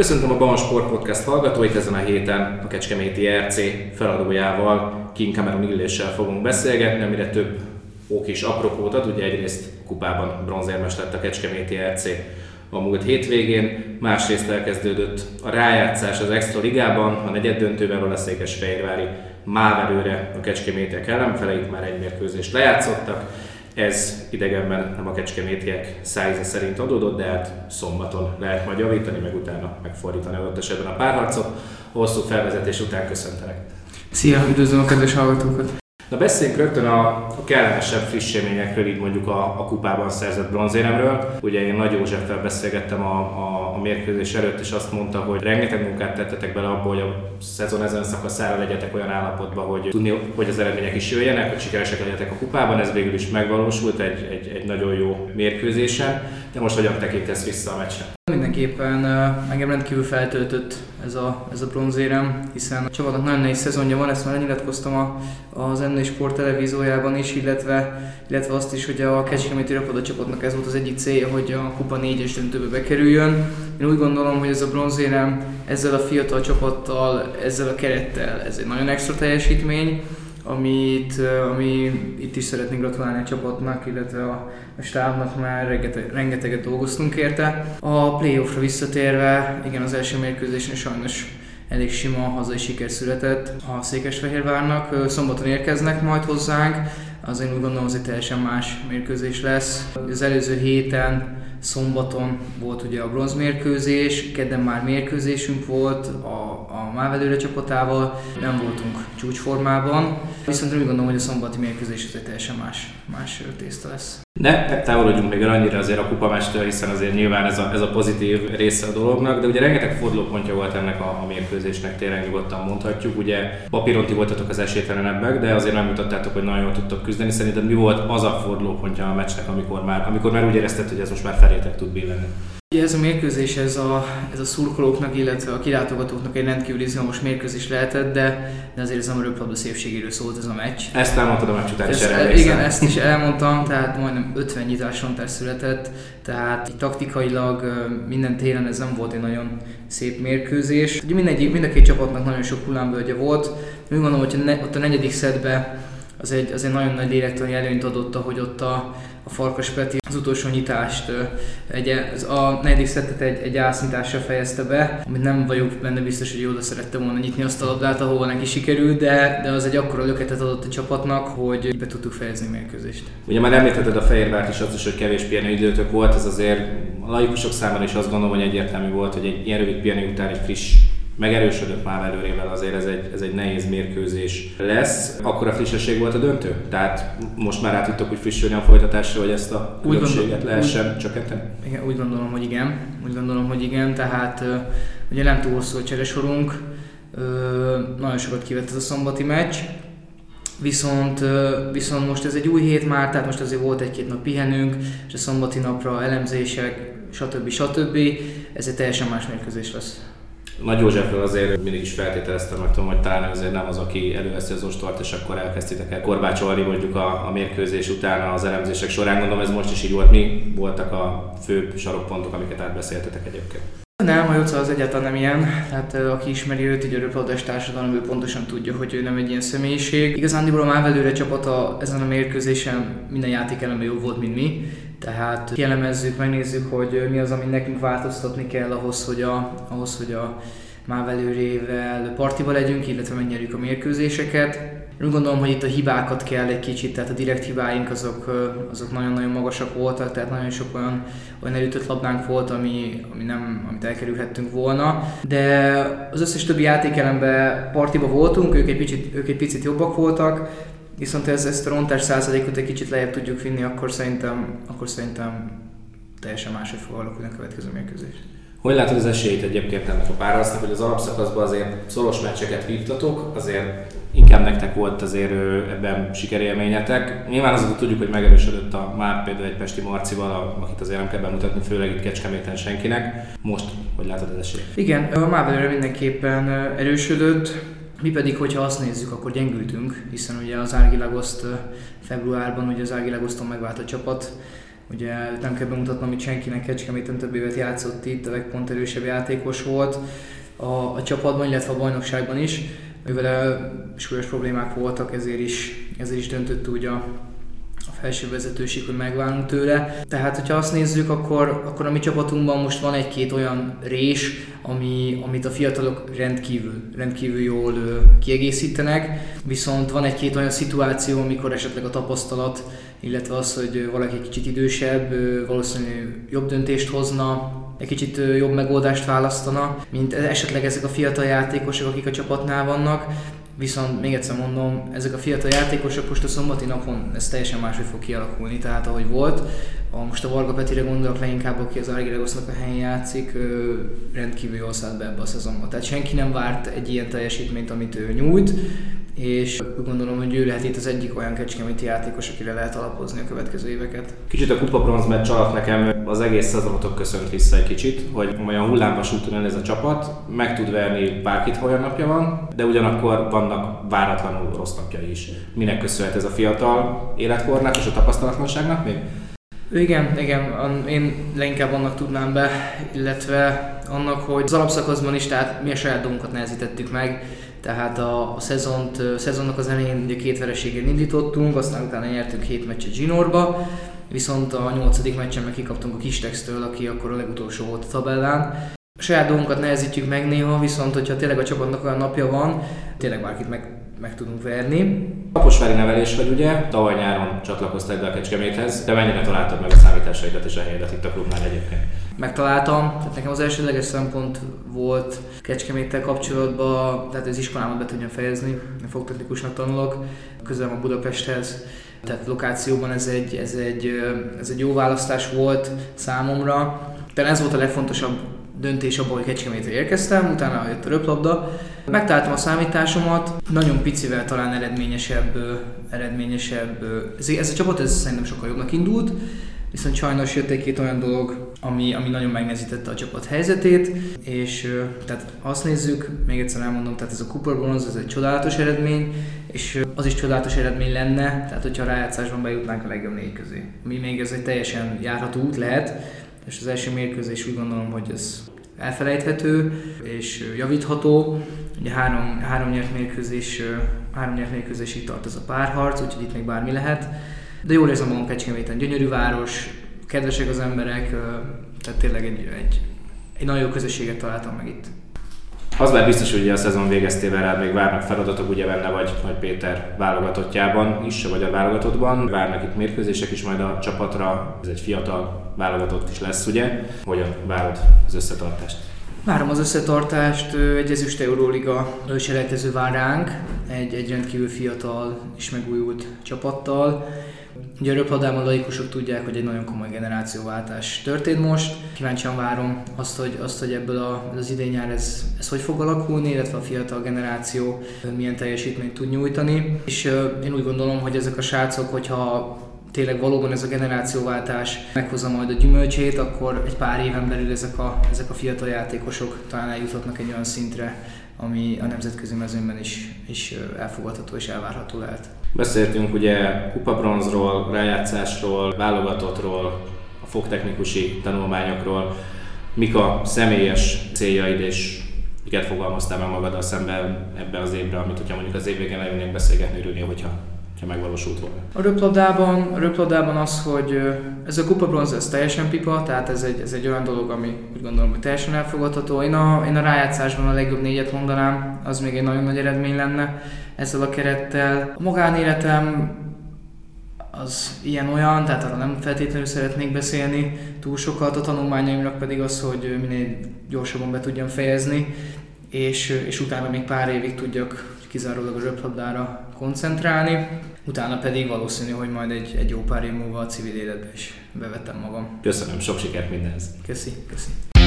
Köszöntöm a Bauman Sport Podcast hallgatóit, ezen a héten a Kecskeméti RC feladójával, King Cameron Illéssel fogunk beszélgetni, amire több kis apropót ad. Ugye egyrészt kupában bronzérmes lett a Kecskeméti RC a múlt hétvégén, másrészt elkezdődött a rájátszás az Extra Ligában, a negyeddöntőben, ahol a székesfehérvári mávelőre a kecskemétiek ellenfeleit már egy mérkőzést lejátszottak. Ez idegenben nem a kecskemétiek szájíze szerint adódott, de hát szombaton lehet majd javítani, meg utána megfordítani adott esetben a párharcot. Hosszú felvezetés után köszöntelek. Szia, üdvözlöm a kedves hallgatókat! Na, beszéljünk rögtön a kellemesebb friss élményekről, így mondjuk a kupában szerzett bronzéremről. Ugye én Nagy Józseffel beszélgettem a mérkőzés előtt, és azt mondta, hogy rengeteg munkát tettetek bele abba, hogy a szezon ezen szakaszára legyetek olyan állapotban, hogy tudni, hogy az eredmények is jöjjenek, hogy sikeresek legyetek a kupában. Ez végül is megvalósult egy nagyon jó mérkőzésen. De most hogyan tekintesz vissza a meccsre? Mindenképpen engem rendkívül feltöltött ez a bronzérem, hiszen a csapatnak nagyon nehéz szezonja van, ezt már nyilatkoztam az M4 Sport televíziójában is, illetve azt is, hogy a Kecskeméti Rapoda csapatnak ez volt az egyik célja, hogy a kupa 4-es döntőbe bekerüljön. Én úgy gondolom, hogy ez a bronzérem ezzel a fiatal csapattal, ezzel a kerettel, ez egy nagyon extra teljesítmény, ami itt is szeretnék gratulálni a csapatnak, illetve a stábnak, már rengeteget dolgoztunk érte. A playoffra visszatérve, igen, az első mérkőzésen sajnos elég sima hazai siker született a Székesfehérvárnak. Szombaton érkeznek majd hozzánk, az én úgy gondolom, az egy teljesen más mérkőzés lesz. Az előző héten szombaton volt ugye a bronzmérkőzés, kedden már mérkőzésünk volt a mávelőre csapatával, nem voltunk csúcsformában, viszont úgy gondolom, hogy a szombati mérkőzés ez egy teljesen más tészta lesz. Ne távolodjunk még el annyira azért a kupameccstől, hiszen azért nyilván ez a pozitív része a dolognak, de ugye rengeteg fordulópontja volt ennek a mérkőzésnek, tényleg nyugodtan mondhatjuk. Ugye papíron ti voltatok az esélytelenebbek, de azért nem mutattátok, hogy nagyon jól tudtok küzdeni. Szerinted mi volt az a fordulópontja a meccsnek, amikor már úgy érezted, hogy ez most már felétek tud billenni? Ugye ez a mérkőzés, ez a szurkolóknak, illetve a kilátogatóknak egy rendkívül izgalmas mérkőzés lehetett, de azért ez nem a röplabda szépségéről szólt ez a meccs. Ezt elmondtad a meccs után is erre. Igen, ezt is elmondtam, tehát majdnem 50 nyitásrontás született, tehát taktikailag minden téren ez nem volt egy nagyon szép mérkőzés. Ugye mind a két csapatnak nagyon sok hullámvölgye volt, úgy gondolom, hogy ott a negyedik szettben az egy nagyon nagy lélektani előnyt adott, hogy ott a Farkas Peti az utolsó nyitást, a negyedik szettet egy ásznyitással fejezte be, amit nem vagyok benne biztos, hogy oda szerette volna nyitni azt a labdát, ahova neki sikerült, de az egy akkora löketet adott a csapatnak, hogy be tudtuk fejezni a mérkőzést. Ugye már említetted a Fehérvárt is, az is, hogy kevés pihenőidőtök volt, ez azért a laikusok számára is azt gondolom, hogy egyértelmű volt, hogy egy ilyen rövid pihenő után egy friss, megerősödött mávelőrével azért ez egy nehéz mérkőzés lesz. Akkor a frissesség volt a döntő? Tehát most már rá tudtok úgy frissülni a folytatásra, hogy ezt a különbséget lehessen csökkenteni? Igen, úgy gondolom, hogy igen. Tehát ugye nem túl hosszú a cseresorunk, nagyon sokat kivett ez a szombati meccs. Viszont most ez egy új hét már, tehát most azért volt egy-két nap pihenünk, és a szombati napra elemzések, stb. Ez egy teljesen más mérkőzés lesz. Nagy Józsefről azért mindig is feltételeztem, meg tudom, hogy talán azért nem az, aki előveszi az ostort, és akkor elkezdtétek el korbácsolni mondjuk a mérkőzés után az elemzések során. Gondolom ez most is így volt. Mi voltak a főbb sarokpontok, amiket átbeszéltetek egyébként? Nem, a Jóca az egyáltalán nem ilyen, tehát aki ismeri őt, így a röplabdás társadalom, ő pontosan tudja, hogy ő nem egy ilyen személyiség. Igazándiból a mávelőre csapata ezen a mérkőzésen minden játékelemben jobb volt, mint mi, tehát kielemezzük, megnézzük, hogy mi az, ami nekünk változtatni kell ahhoz, hogy a mávelőrével partiba legyünk, illetve megnyerjük a mérkőzéseket. Én úgy gondolom, hogy itt a hibákat kell egy kicsit, tehát a direkt hibáink azok nagyon-nagyon magasak voltak, tehát nagyon sok olyan elütött labdánk volt, amit elkerülhettünk volna. De az összes többi játékelemben partiba voltunk, ők egy picit jobbak voltak, viszont ezt a rontás százalékot egy kicsit lejjebb tudjuk vinni, akkor szerintem teljesen máshogy fog alakulni a következő mérkőzés. Hogy látod az esélyt egyébként ennek a párharcnak, hogy az alapszakaszban azért szoros meccseket vívtatok, azért inkább nektek volt azért ebben sikerélményetek. Nyilván azóta tudjuk, hogy megerősödött már például egy Pesti Marcival, akit azért nem kell bemutatni, főleg itt Kecskeméten senkinek. Most hogy látod az esélyt? Igen, a mávelőre mindenképpen erősödött. Mi pedig, hogyha azt nézzük, akkor gyengültünk, hiszen ugye az Argilagoszt februárban ugye az Argilagoszton megvált a csapat. Ugye nem kell bemutatnom itt senkinek, Kecskeméten több évet játszott itt, a legponterősebb játékos volt a csapatban, illetve a bajnokságban is. Mivel súlyos problémák voltak, ezért is döntött úgy a felső vezetőség, hogy megválunk tőle. Tehát, hogyha azt nézzük, akkor a mi csapatunkban most van egy-két olyan rés, amit a fiatalok rendkívül jól kiegészítenek, viszont van egy-két olyan szituáció, amikor esetleg a tapasztalat, illetve az, hogy valaki egy kicsit idősebb, valószínűleg jobb döntést hozna, egy kicsit jobb megoldást választana, mint esetleg ezek a fiatal játékosok, akik a csapatnál vannak. Viszont még egyszer mondom, ezek a fiatal játékosok most a szombati napon ez teljesen máshogy fog kialakulni, tehát ahogy volt. Most a Varga Petire gondolok leginkább, aki az Argyregosznak a helyén játszik, rendkívül jól szállt be ebbe a szezonba. Tehát senki nem várt egy ilyen teljesítményt, amit ő nyújt, és úgy gondolom, hogy ő lehet itt az egyik olyan kecskeméti játékos, akire lehet alapozni a következő éveket. Kicsit a kupa bronz meccs alatt nekem az egész szezonotok köszönt vissza egy kicsit, hogy olyan hullámvasúton ez a csapat, meg tud verni bárkit, ha olyan napja van, de ugyanakkor vannak váratlanul rossz napjai is. Minek köszönhet ez a fiatal életkornak és a tapasztalatlanságnak még? Igen, én leginkább annak tudnám be, illetve annak, hogy az alapszakaszban is, tehát mi a saját dolgunkat nehezítettük meg, tehát a szezonnak az elején ugye 2 vereséggel indítottunk, aztán utána nyertünk 7 meccset zsinórba, viszont a 8. meccsen meg kikaptunk a Kistextől, aki akkor a legutolsó volt a tabellán. A saját dolgunkat nehezítjük meg néha, viszont hogyha tényleg a csapatnak olyan napja van, tényleg bárkit meg tudunk verni. Kaposvári nevelés vagy ugye, tavaly nyáron csatlakoztál be a Kecskeméthez, de mennyire találtad meg a számításaidat és a helyedet itt a klubnál egyébként? Megtaláltam, tehát nekem az elsődleges szempont volt Kecskeméttel kapcsolatban, tehát az iskolámat be tudjam fejezni, fogtechnikusnak tanulok, közel van Budapesthez, tehát lokációban ez egy jó választás volt számomra. Tehát ez volt a legfontosabb döntés abban, hogy Kecskemétre érkeztem, utána jött a röplabda. Megtaláltam a számításomat, nagyon picivel talán eredményesebb. Ez a csapat szerintem sokkal jobbnak indult, viszont sajnos jött egy-két olyan dolog, ami nagyon megnehezítette a csapat helyzetét, és tehát azt nézzük, még egyszer elmondom, tehát ez a kupa bronz, ez egy csodálatos eredmény, és az is csodálatos eredmény lenne, tehát hogyha a rájátszásban bejutnánk a legjobb 4 közé. Ami még ez egy teljesen járható út lehet, és az első mérkőzés úgy gondolom, hogy ez elfelejthető és javítható. Ugye három nyert mérkőzésig tart ez a párharc, úgyhogy itt még bármi lehet. De jól érzem magam Kecskeméten, gyönyörű város, kedvesek az emberek, tehát tényleg egy nagyon jó közösséget találtam meg itt. Az már biztos, hogy a szezon végeztével rád még várnak feladatok, ugye benne vagy Nagy Péter válogatottjában is, vagy a válogatottban. Várnak itt mérkőzések is majd a csapatra, ez egy fiatal válogatott is lesz, ugye? Hogyan várod az összetartást? Várom az összetartást, egy ezüst Euróliga selejtező vár ránk, egy rendkívül fiatal és megújult csapattal. Ugye a röplabdában laikusok tudják, hogy egy nagyon komoly generációváltás történt most. Kíváncsian várom azt, hogy ebből az idén-nyár ez hogy fog alakulni, illetve a fiatal generáció milyen teljesítményt tud nyújtani. És én úgy gondolom, hogy ezek a srácok, hogyha tényleg valóban ez a generációváltás meghozza majd a gyümölcsét, akkor egy pár éven belül ezek a fiatal játékosok talán eljuthatnak egy olyan szintre, ami a nemzetközi mezőnyben is elfogadható és elvárható lehet. Beszéltünk ugye kupabronzról, rájátszásról, válogatottról, a fogtechnikusi tanulmányokról. Mik a személyes céljaid és miket fogalmaztál meg magaddal szemben ebben az évben, amit hogyha mondjuk az év végén leülnénk beszélgetni, örülnél, hogyha megvalósult volna? A röplabdában az, hogy ez a kupabronz, ez teljesen pipa, tehát ez egy olyan dolog, ami úgy gondolom, hogy teljesen elfogadható. Én a rájátszásban a legjobb 4-et mondanám, az még egy nagyon nagy eredmény lenne ezzel a kerettel. A magánéletem az ilyen-olyan, tehát arra nem feltétlenül szeretnék beszélni túl sokat, a tanulmányaimnak pedig az, hogy minél gyorsabban be tudjam fejezni, és utána még pár évig tudjak kizárólag a röplabdára koncentrálni, utána pedig valószínű, hogy majd egy jó pár év múlva a civil életbe is bevettem magam. Köszönöm, sok sikert mindenhez! Köszi!